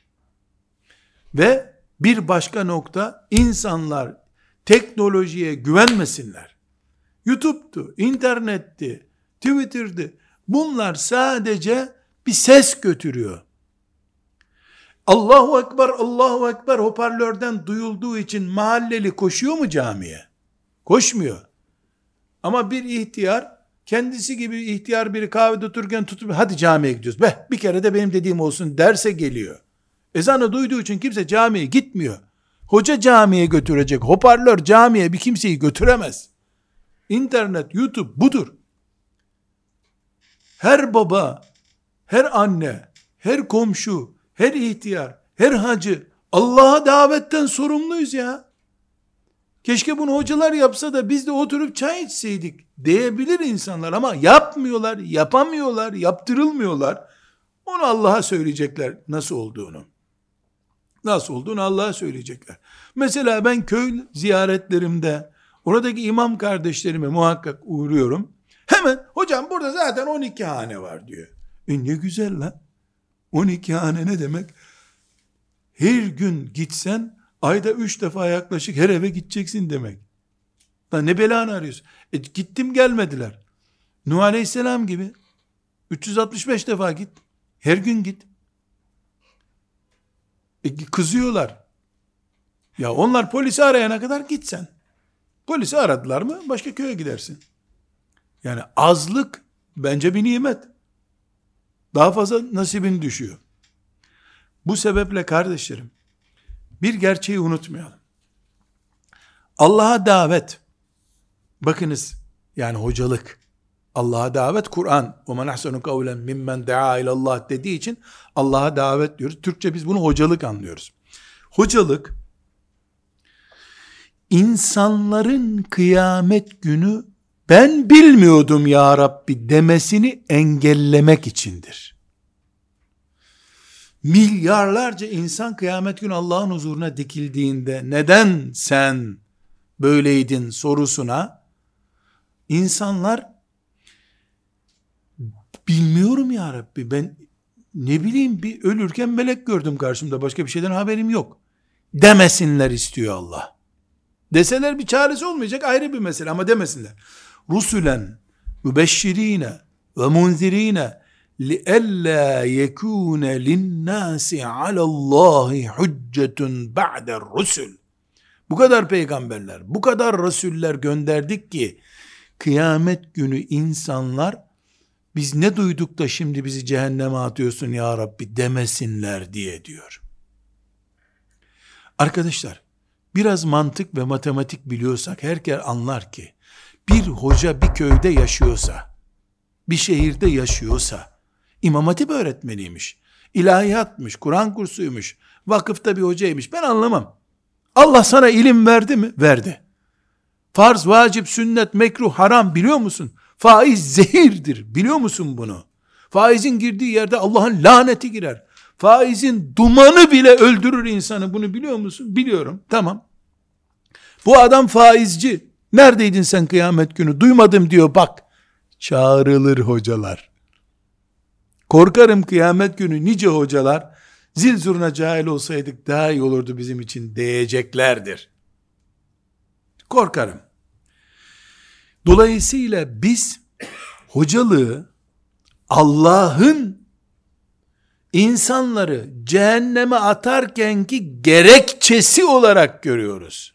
Ve bir başka nokta, insanlar teknolojiye güvenmesinler. YouTube'tu, internetti, Twitter'dı. Bunlar sadece bir ses götürüyor. Allahu Ekber, Allahu Ekber hoparlörden duyulduğu için mahalleli koşuyor mu camiye? Koşmuyor. Ama bir ihtiyar, kendisi gibi ihtiyar biri kahvede otururken tutup hadi camiye gidiyoruz. Be bir kere de benim dediğim olsun derse geliyor. Ezanı duyduğu için kimse camiye gitmiyor. Hoca camiye götürecek. Hoparlör camiye bir kimseyi götüremez. İnternet, YouTube budur. Her baba, her anne, her komşu, her ihtiyar, her hacı Allah'a davetten sorumluyuz ya. Keşke bunu hocalar yapsa da biz de oturup çay içseydik diyebilir insanlar ama yapmıyorlar, yapamıyorlar, yaptırılmıyorlar. Onu Allah'a söyleyecekler nasıl olduğunu. Nasıl olduğunu Allah'a söyleyecekler. Mesela ben köy ziyaretlerimde oradaki imam kardeşlerime muhakkak uğruyorum. Hemen hocam burada zaten on iki hane var diyor. E ne güzel lan. on iki hane ne demek? Her gün gitsen ayda üç defa yaklaşık her eve gideceksin demek. Lan ne belanı arıyorsun? E, gittim gelmediler. Nuh Aleyhisselam gibi üç yüz altmış beş defa git. Her gün git. E, kızıyorlar. Ya onlar polisi arayana kadar gitsen. Polisi aradılar mı başka köye gidersin. Yani azlık bence bir nimet. Daha fazla nasibin düşüyor. Bu sebeple kardeşlerim, bir gerçeği unutmayalım. Allah'a davet, bakınız yani hocalık, Allah'a davet Kur'an, وَمَنْ أَحْسَنُ قَوْلًا مِمَّنْ دَعَا اِلَى اللّٰهِ dediği için Allah'a davet diyoruz. Türkçe biz bunu hocalık anlıyoruz. Hocalık, insanların kıyamet günü ben bilmiyordum ya Rabbi demesini engellemek içindir. Milyarlarca insan kıyamet günü Allah'ın huzuruna dikildiğinde neden sen böyleydin sorusuna insanlar bilmiyorum ya Rabbi, ben ne bileyim bir ölürken melek gördüm karşımda, başka bir şeyden haberim yok demesinler istiyor Allah. Deseler bir çaresi olmayacak, ayrı bir mesele, ama demesinler. Rusulen mübeşşirine ve munzirine لِأَلَّا يَكُونَ لِلنَّاسِ عَلَى اللّٰهِ حُجَّةٌ بَعْدَ الرُّسُلِ. Bu kadar peygamberler, bu kadar Resuller gönderdik ki kıyamet günü insanlar biz ne duyduk da şimdi bizi cehenneme atıyorsun ya Rabbi demesinler diye diyor. Arkadaşlar, biraz mantık ve matematik biliyorsak herkes anlar ki bir hoca bir köyde yaşıyorsa, bir şehirde yaşıyorsa, İmam Hatip öğretmeniymiş, ilahiyatmış, Kur'an kursuymuş, vakıfta bir hocaymış, ben anlamam. Allah sana ilim verdi mi? Verdi. Farz, vacip, sünnet, mekruh, haram biliyor musun? Faiz zehirdir, biliyor musun bunu? Faizin girdiği yerde Allah'ın laneti girer. Faizin dumanı bile öldürür insanı, bunu biliyor musun? Biliyorum, tamam. Bu adam faizci, neredeydin sen kıyamet günü? Duymadım diyor, bak. Çağrılır hocalar. Korkarım kıyamet günü nice hocalar zil zurna cahil olsaydık daha iyi olurdu bizim için diyeceklerdir. Korkarım. Dolayısıyla biz hocalığı Allah'ın insanları cehenneme atarkenki gerekçesi olarak görüyoruz.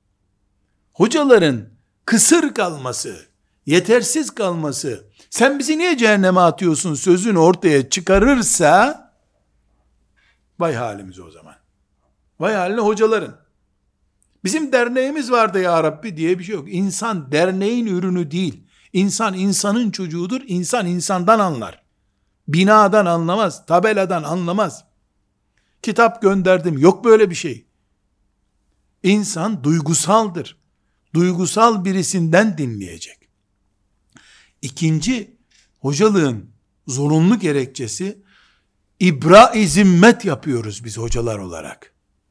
Hocaların kısır kalması, yetersiz kalması, sen bizi niye cehenneme atıyorsun sözünü ortaya çıkarırsa, vay halimiz o zaman. Vay haline hocaların. Bizim derneğimiz vardı ya Rabbi diye bir şey yok. İnsan derneğin ürünü değil. İnsan insanın çocuğudur. İnsan insandan anlar. Binadan anlamaz. Tabeladan anlamaz. Kitap gönderdim. Yok böyle bir şey. İnsan duygusaldır. Duygusal birisinden dinleyecek. İkinci, hocalığın zorunlu gerekçesi, ibra-i zimmet yapıyoruz biz hocalar olarak.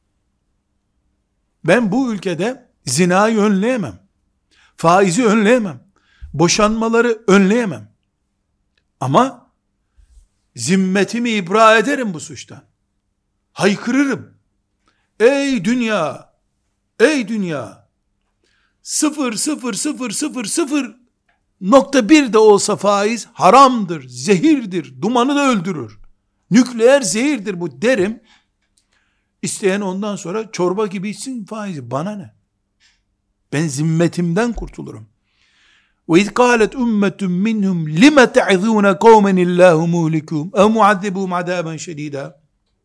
Ben bu ülkede zinayı önleyemem. Faizi önleyemem. Boşanmaları önleyemem. Ama zimmetimi ibra ederim bu suçtan. Haykırırım. Ey dünya! Ey dünya! Sıfır, sıfır, sıfır, sıfır, sıfır nokta bir de olsa faiz haramdır, zehirdir, dumanı da öldürür. Nükleer zehirdir bu derim. İsteyen ondan sonra çorba gibi içsin faizi. Bana ne? Ben zimmetimden kurtulurum. وَاِذْ قَالَتْ اُمَّةٌ مِّنْهُمْ لِمَ تَعِذُونَ قَوْمًا اللّٰهُ مُهْلِكُهُمْ اَوْ مُعَذِّبُهُمْ عَذَابًا شَد۪يدًا.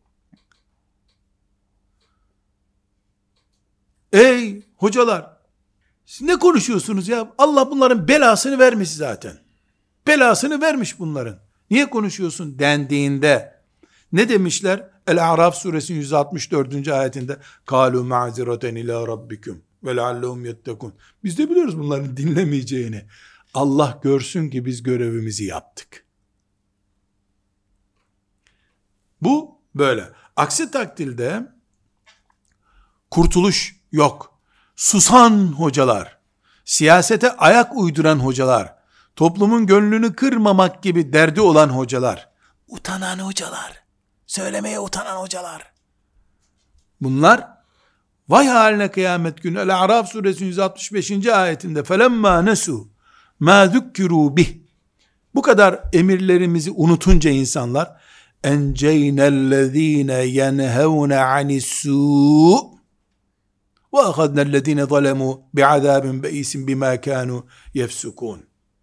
Ey hocalar! Siz ne konuşuyorsunuz ya? Allah bunların belasını vermiş zaten. Belasını vermiş bunların. Niye konuşuyorsun dendiğinde ne demişler? El-A'raf suresinin yüz altmış dördüncü ayetinde قَالُوا مَعْزِرَةً اِلَى رَبِّكُمْ وَلَعَلَّهُمْ يَتَّقُونَ. Biz de biliyoruz bunların dinlemeyeceğini. Allah görsün ki biz görevimizi yaptık. Bu böyle. Aksi takdirde kurtuluş yok. Susan hocalar, siyasete ayak uyduran hocalar, toplumun gönlünü kırmamak gibi derdi olan hocalar, utanan hocalar, söylemeye utanan hocalar, Bunlar vay haline kıyamet günü. El-A'raf suresinin yüz altmış beşinci ayetinde فَلَمَّا نَسُوا مَا ذُكِّرُوا بِهِ Bu kadar emirlerimizi unutunca insanlar اَنْجَيْنَا الَّذ۪ينَ يَنْهَوْنَ عَنِ السُّوءِ وَأَخَذْنَا الَّذ۪ينَ ظَلَمُوا بِعَذَابٍ بَئِيسٍ بِمَا كَانُوا يَفْسُكُونَ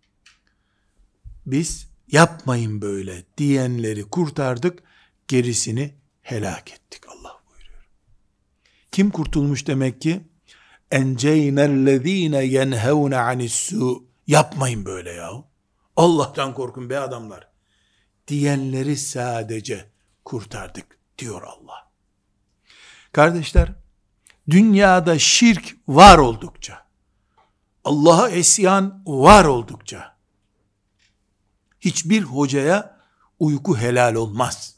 Biz yapmayın böyle diyenleri kurtardık, gerisini helak ettik. Allah buyuruyor. Kim kurtulmuş demek ki? اَنْجَيْنَا يَنْهَوْنَ عَنِ السُّوءِ Yapmayın böyle yahu. Allah'tan korkun be adamlar diyenleri sadece kurtardık diyor Allah. Kardeşler, dünyada şirk var oldukça, Allah'a isyan var oldukça, hiçbir hocaya uyku helal olmaz.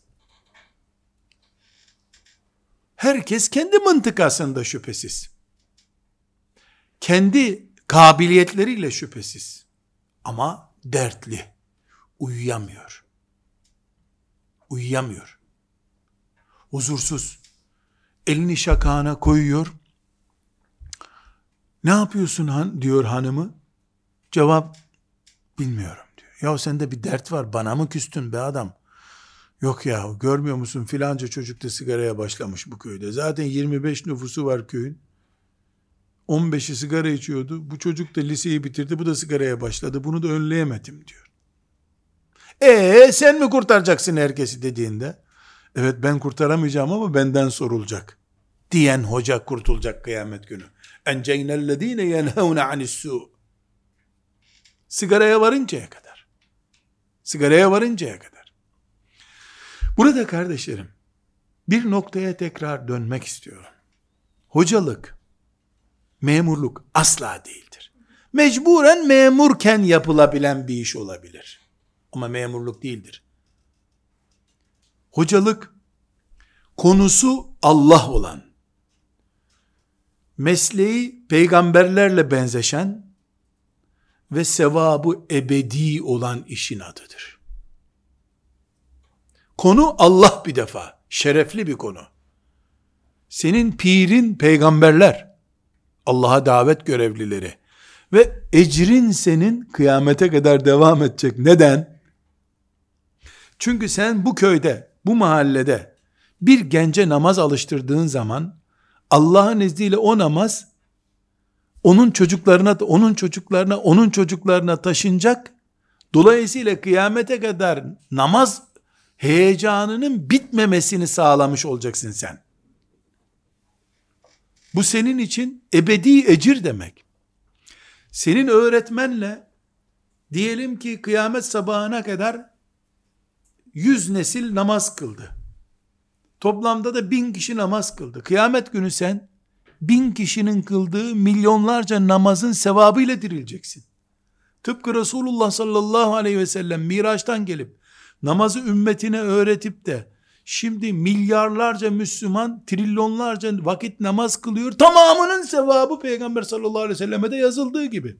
Herkes kendi mıntıkasında şüphesiz. Kendi kabiliyetleriyle şüphesiz. Ama dertli. Uyuyamıyor. Uyuyamıyor. Huzursuz. Elini şakağına koyuyor. Ne yapıyorsun han, diyor hanımı. Cevap, bilmiyorum diyor. Ya sende bir dert var, bana mı küstün be adam? Yok ya, görmüyor musun filanca çocuk da sigaraya başlamış bu köyde. Zaten yirmi beş nüfusu var köyün. on beşi sigara içiyordu. Bu çocuk da liseyi bitirdi, bu da sigaraya başladı. Bunu da önleyemedim diyor. Eee sen mi kurtaracaksın herkesi dediğinde, evet ben kurtaramayacağım ama benden sorulacak diyen hoca kurtulacak kıyamet günü. Enceynellezine yenhevne anissu. Sigaraya varıncaya kadar. Sigaraya varıncaya kadar. Burada kardeşlerim, bir noktaya tekrar dönmek istiyorum. Hocalık, memurluk asla değildir. Mecburen memurken yapılabilen bir iş olabilir. Ama memurluk değildir. Hocalık, konusu Allah olan, mesleği peygamberlerle benzeşen ve sevabı ebedi olan işin adıdır. Konu Allah bir defa, şerefli bir konu. Senin pirin peygamberler, Allah'a davet görevlileri ve ecrin senin kıyamete kadar devam edecek. Neden? Çünkü sen bu köyde, bu mahallede bir gence namaz alıştırdığın zaman Allah'ın izniyle o namaz onun çocuklarına, onun çocuklarına, onun çocuklarına taşınacak. Dolayısıyla kıyamete kadar namaz heyecanının bitmemesini sağlamış olacaksın sen. Bu senin için ebedi ecir demek. Senin öğretmenle diyelim ki kıyamet sabahına kadar yüz nesil namaz kıldı. Toplamda da bin kişi namaz kıldı. Kıyamet günü sen bin kişinin kıldığı milyonlarca namazın sevabıyla dirileceksin. Tıpkı Resulullah sallallahu aleyhi ve sellem Miraç'tan gelip namazı ümmetine öğretip de şimdi milyarlarca Müslüman trilyonlarca vakit namaz kılıyor. Tamamının sevabı Peygamber sallallahu aleyhi ve selleme de yazıldığı gibi.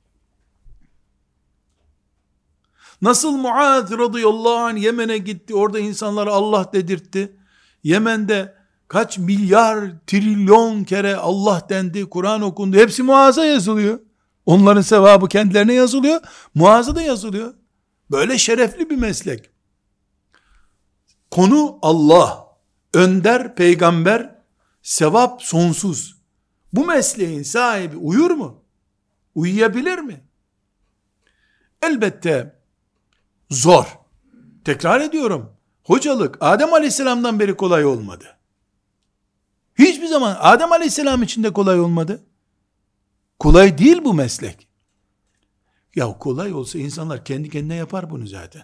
Nasıl Muaz radıyallahu anh Yemen'e gitti, orada insanlara Allah dedirtti. Yemen'de kaç milyar trilyon kere Allah dendi, Kur'an okundu. Hepsi Muaz'a yazılıyor. Onların sevabı kendilerine yazılıyor. Muaz'a da yazılıyor. Böyle şerefli bir meslek. Konu Allah. Önder peygamber, sevap sonsuz. Bu mesleğin sahibi uyur mu? Uyuyabilir mi? Elbette zor. Tekrar ediyorum. Hocalık Adem Aleyhisselam'dan beri kolay olmadı. Hiçbir zaman Adem Aleyhisselam için de kolay olmadı. Kolay değil bu meslek. Ya kolay olsa insanlar kendi kendine yapar bunu zaten.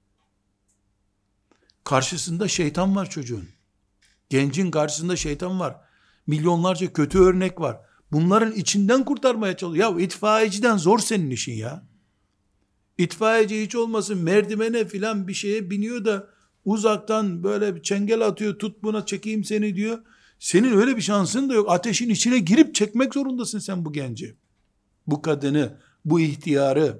Karşısında şeytan var çocuğun. Gencin karşısında şeytan var. Milyonlarca kötü örnek var. Bunların içinden kurtarmaya çalışıyor. Ya itfaiyeciden zor senin işin ya. İtfaiyeci hiç olmasın merdivene filan bir şeye biniyor da uzaktan böyle bir çengel atıyor, tut buna çekeyim seni diyor. Senin öyle bir şansın da yok. Ateşin içine girip çekmek zorundasın sen bu genci. Bu kadını, bu ihtiyarı.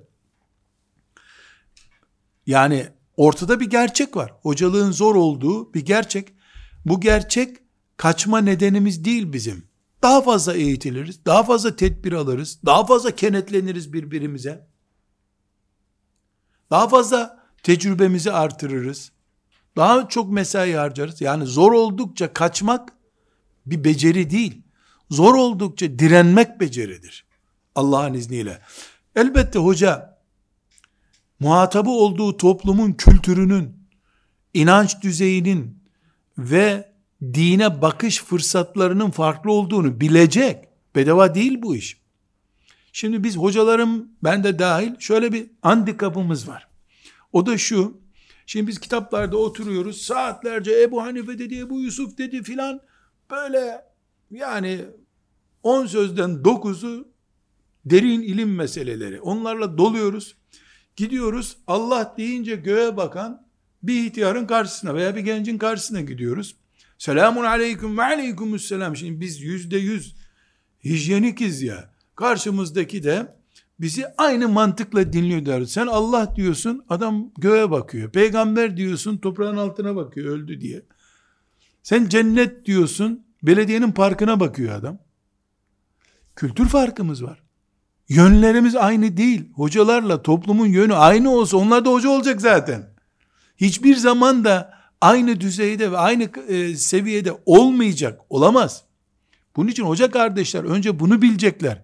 Yani ortada bir gerçek var. Hocalığın zor olduğu bir gerçek. Bu gerçek kaçma nedenimiz değil bizim. Daha fazla eğitiliriz, daha fazla tedbir alırız, daha fazla kenetleniriz birbirimize. Daha fazla tecrübemizi artırırız. Daha çok mesai harcarız. Yani zor oldukça kaçmak bir beceri değil. Zor oldukça direnmek beceridir. Allah'ın izniyle. Elbette hoca, muhatabı olduğu toplumun kültürünün, inanç düzeyinin ve dine bakış fırsatlarının farklı olduğunu bilecek. Bedava değil bu iş. Şimdi biz hocalarım, ben de dahil, şöyle bir handikapımız var. O da şu: şimdi biz kitaplarda oturuyoruz, saatlerce Ebu Hanife dedi, Ebu Yusuf dedi filan, böyle yani on sözden dokuzu derin ilim meseleleri. Onlarla doluyoruz. Gidiyoruz, Allah deyince göğe bakan bir ihtiyarın karşısına veya bir gencin karşısına gidiyoruz. Selamun aleyküm ve aleykümüsselam. Şimdi biz yüzde yüz hijyenikiz ya. Karşımızdaki de bizi aynı mantıkla dinliyor der. Sen Allah diyorsun, adam göğe bakıyor. Peygamber diyorsun, toprağın altına bakıyor öldü diye. Sen cennet diyorsun, belediyenin parkına bakıyor adam. Kültür farkımız var. Yönlerimiz aynı değil. Hocalarla toplumun yönü aynı olsa onlar da hoca olacak zaten. Hiçbir zaman da aynı düzeyde ve aynı e, seviyede olmayacak, olamaz. Bunun için hoca kardeşler önce bunu bilecekler.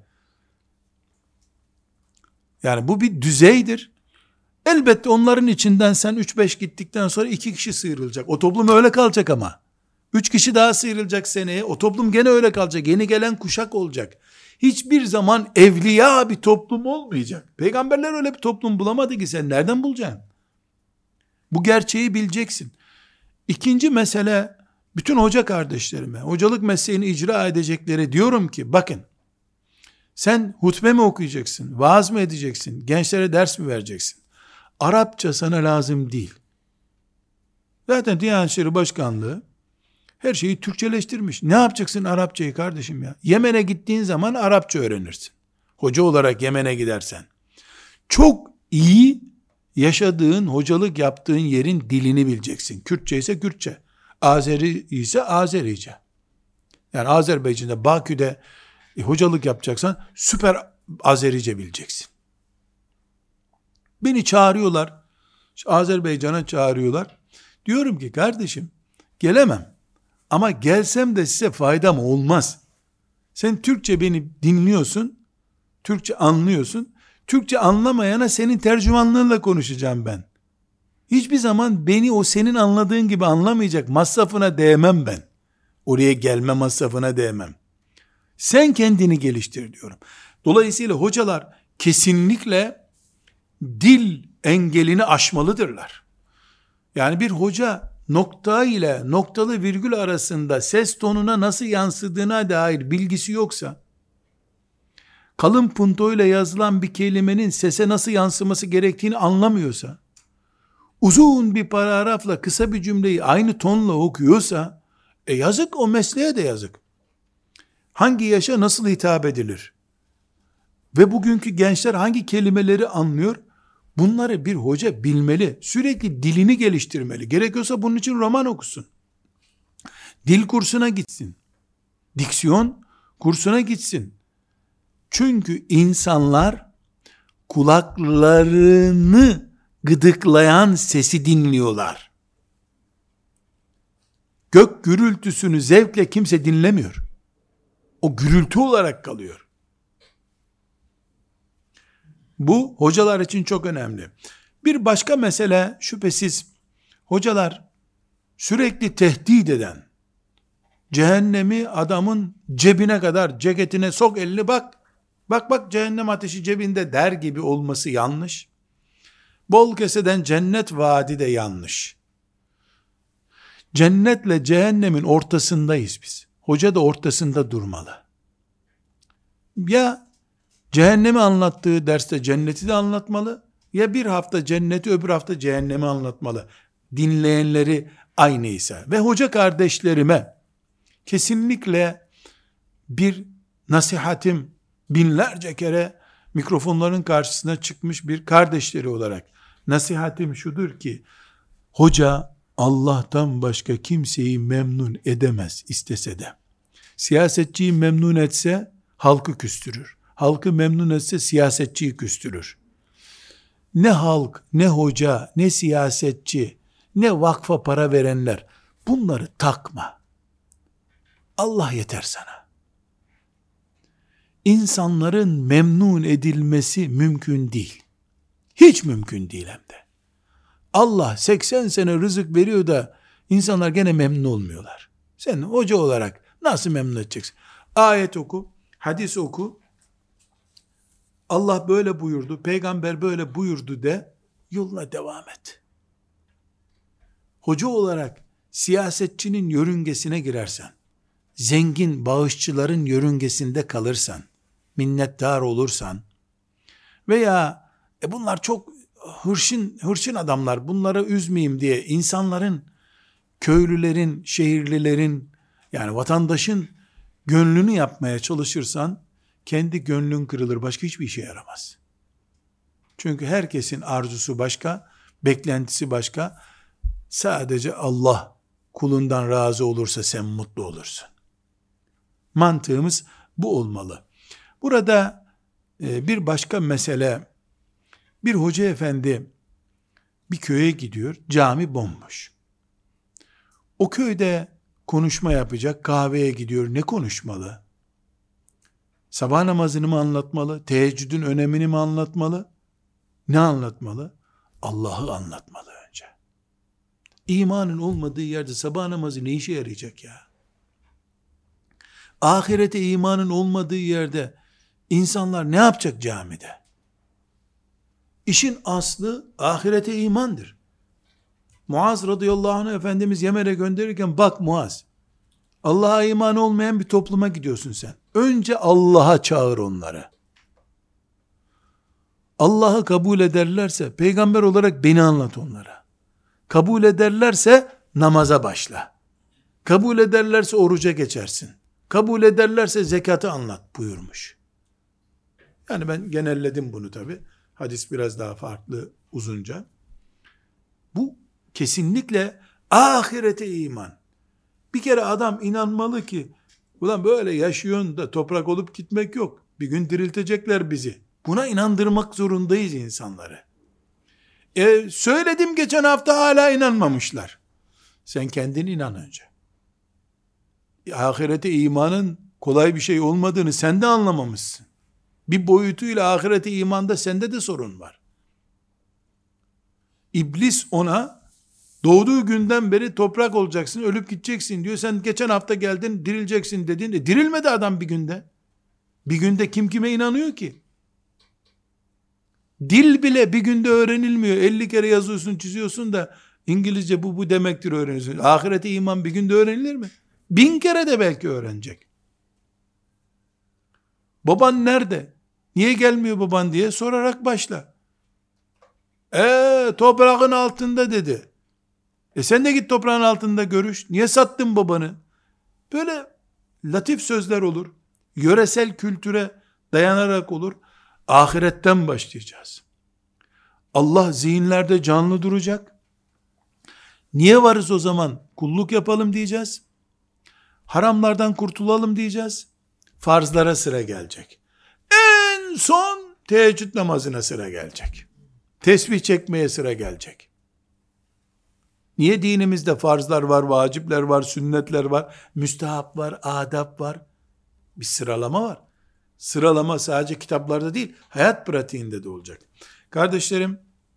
Yani bu bir düzeydir. Elbette onların içinden sen üç beş gittikten sonra iki kişi sıyrılacak. O toplum öyle kalacak ama. üç kişi daha sıyrılacak seneye. O toplum gene öyle kalacak. Yeni gelen kuşak olacak. Hiçbir zaman evliya bir toplum olmayacak. Peygamberler öyle bir toplum bulamadı ki, sen nereden bulacaksın? Bu gerçeği bileceksin. İkinci mesele, bütün hoca kardeşlerime, hocalık mesleğini icra edecekleri diyorum ki, bakın, sen hutbe mi okuyacaksın, vaaz mı edeceksin, gençlere ders mi vereceksin? Arapça sana lazım değil. Zaten Diyanet İşleri Başkanlığı her şeyi Türkçeleştirmiş. Ne yapacaksın Arapçayı kardeşim ya? Yemen'e gittiğin zaman Arapça öğrenirsin. Hoca olarak Yemen'e gidersen. Çok iyi yaşadığın, hocalık yaptığın yerin dilini bileceksin. Kürtçe ise Kürtçe, Azeri ise Azerice. Yani Azerbaycan'da, Bakü'de e, hocalık yapacaksan süper Azerice bileceksin. Beni çağırıyorlar, Azerbaycan'a çağırıyorlar. Diyorum ki kardeşim, gelemem. Ama gelsem de size faydam olmaz. Sen Türkçe beni dinliyorsun, Türkçe anlıyorsun. Türkçe anlamayana senin tercümanlığınla konuşacağım ben. Hiçbir zaman beni o senin anladığın gibi anlamayacak masrafına değmem ben. Oraya gelme masrafına değmem. Sen kendini geliştir diyorum. Dolayısıyla hocalar kesinlikle dil engelini aşmalıdırlar. Yani bir hoca nokta ile noktalı virgül arasında ses tonuna nasıl yansıdığına dair bilgisi yoksa, kalın puntoyla yazılan bir kelimenin sese nasıl yansıması gerektiğini anlamıyorsa, uzun bir paragrafla kısa bir cümleyi aynı tonla okuyorsa, e yazık, o mesleğe de yazık. Hangi yaşa nasıl hitap edilir? Ve bugünkü gençler hangi kelimeleri anlıyor? Bunları bir hoca bilmeli. Sürekli dilini geliştirmeli. Gerekiyorsa bunun için roman okusun. Dil kursuna gitsin. Diksiyon kursuna gitsin. Çünkü insanlar kulaklarını gıdıklayan sesi dinliyorlar. Gök gürültüsünü zevkle kimse dinlemiyor. O gürültü olarak kalıyor. Bu hocalar için çok önemli. Bir başka mesele şüphesiz, hocalar sürekli tehdit eden, cehennemi adamın cebine kadar, ceketine sok elini, bak, bak bak cehennem ateşi cebinde der gibi olması yanlış. Bol keseden cennet vaadi de yanlış. Cennetle cehennemin ortasındayız biz. Hoca da ortasında durmalı. Ya cehennemi anlattığı derste cenneti de anlatmalı, ya bir hafta cenneti öbür hafta cehennemi anlatmalı. Dinleyenleri aynıysa. Ve hoca kardeşlerime kesinlikle bir nasihatim, binlerce kere mikrofonların karşısına çıkmış bir kardeşleri olarak nasihatim şudur ki, hoca Allah'tan başka kimseyi memnun edemez istese de. Siyasetçiyi memnun etse halkı küstürür. Halkı memnun etse siyasetçiyi küstürür. Ne halk, ne hoca, ne siyasetçi, ne vakfa para verenler, bunları takma. Allah yeter sana. İnsanların memnun edilmesi mümkün değil. Hiç mümkün değil hem de. Allah seksen sene rızık veriyor da insanlar gene memnun olmuyorlar. Sen hoca olarak nasıl memnun edeceksin? Ayet oku, hadis oku. Allah böyle buyurdu, peygamber böyle buyurdu de, yoluna devam et. Hoca olarak siyasetçinin yörüngesine girersen, zengin bağışçıların yörüngesinde kalırsan, minnettar olursan veya e bunlar çok hırçın, hırçın adamlar, bunları üzmeyeyim diye insanların, köylülerin, şehirlilerin, yani vatandaşın gönlünü yapmaya çalışırsan, kendi gönlün kırılır, başka hiçbir işe yaramaz. Çünkü herkesin arzusu başka, beklentisi başka. Sadece Allah kulundan razı olursa sen mutlu olursun. Mantığımız bu olmalı. Burada e, bir başka mesele, bir hoca efendi bir köye gidiyor, cami bomboş. O köyde konuşma yapacak, kahveye gidiyor, ne konuşmalı? Sabah namazını mı anlatmalı? Teheccüdün önemini mi anlatmalı? Ne anlatmalı? Allah'ı anlatmalı önce. İmanın olmadığı yerde sabah namazı ne işe yarayacak ya? Ahirete imanın olmadığı yerde insanlar ne yapacak camide? İşin aslı ahirete imandır. Muaz radıyallahu anh Efendimiz Yemen'e gönderirken, bak Muaz, Allah'a iman olmayan bir topluma gidiyorsun sen. Önce Allah'a çağır onları. Allah'ı kabul ederlerse, peygamber olarak beni anlat onlara. Kabul ederlerse namaza başla. Kabul ederlerse oruca geçersin. Kabul ederlerse zekatı anlat buyurmuş. Yani ben genelledim bunu tabi. Hadis biraz daha farklı, uzunca. Bu kesinlikle ahirete iman. Bir kere adam inanmalı ki, ulan böyle yaşıyorsun da toprak olup gitmek yok. Bir gün diriltecekler bizi. Buna inandırmak zorundayız insanları. E, söyledim geçen hafta, hala inanmamışlar. Sen kendin inan önce. Ahirete imanın kolay bir şey olmadığını sen de anlamamışsın. Bir boyutuyla ahirete imanda sende de sorun var. İblis ona doğduğu günden beri toprak olacaksın, ölüp gideceksin diyor. Sen geçen hafta geldin, dirileceksin dedin. E, dirilmedi adam bir günde. Bir günde kim kime inanıyor ki? Dil bile bir günde öğrenilmiyor. elli kere yazıyorsun, çiziyorsun da İngilizce bu bu demektir öğreniyorsun. Ahirete iman bir günde öğrenilir mi? Bin kere de belki öğrenecek. Baban nerede? Niye gelmiyor baban diye sorarak başla. Eee toprağın altında dedi. E sen de git toprağın altında görüş. Niye sattın babanı? Böyle latif sözler olur. Yöresel kültüre dayanarak olur. Ahiretten başlayacağız. Allah zihinlerde canlı duracak. Niye varız o zaman? Kulluk yapalım diyeceğiz. Haramlardan kurtulalım diyeceğiz. Farzlara sıra gelecek. En son teheccüd namazına sıra gelecek. Tesbih çekmeye sıra gelecek. Niye dinimizde farzlar var, vacipler var, sünnetler var, müstehap var, adab var? Bir sıralama var. Sıralama sadece kitaplarda değil, hayat pratiğinde de olacak. Kardeşlerim,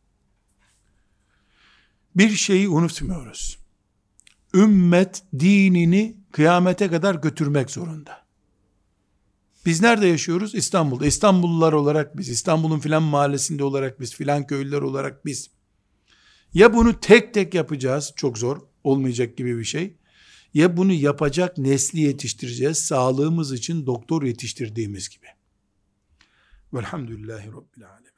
bir şeyi unutmuyoruz. Ümmet dinini kıyamete kadar götürmek zorunda. Biz nerede yaşıyoruz? İstanbul'da. İstanbullular olarak biz, İstanbul'un filan mahallesinde olarak biz, filan köylüler olarak biz. Ya bunu tek tek yapacağız, çok zor, olmayacak gibi bir şey. Ya bunu yapacak nesli yetiştireceğiz, sağlığımız için doktor yetiştirdiğimiz gibi. Velhamdülillahi Rabbil Alemin.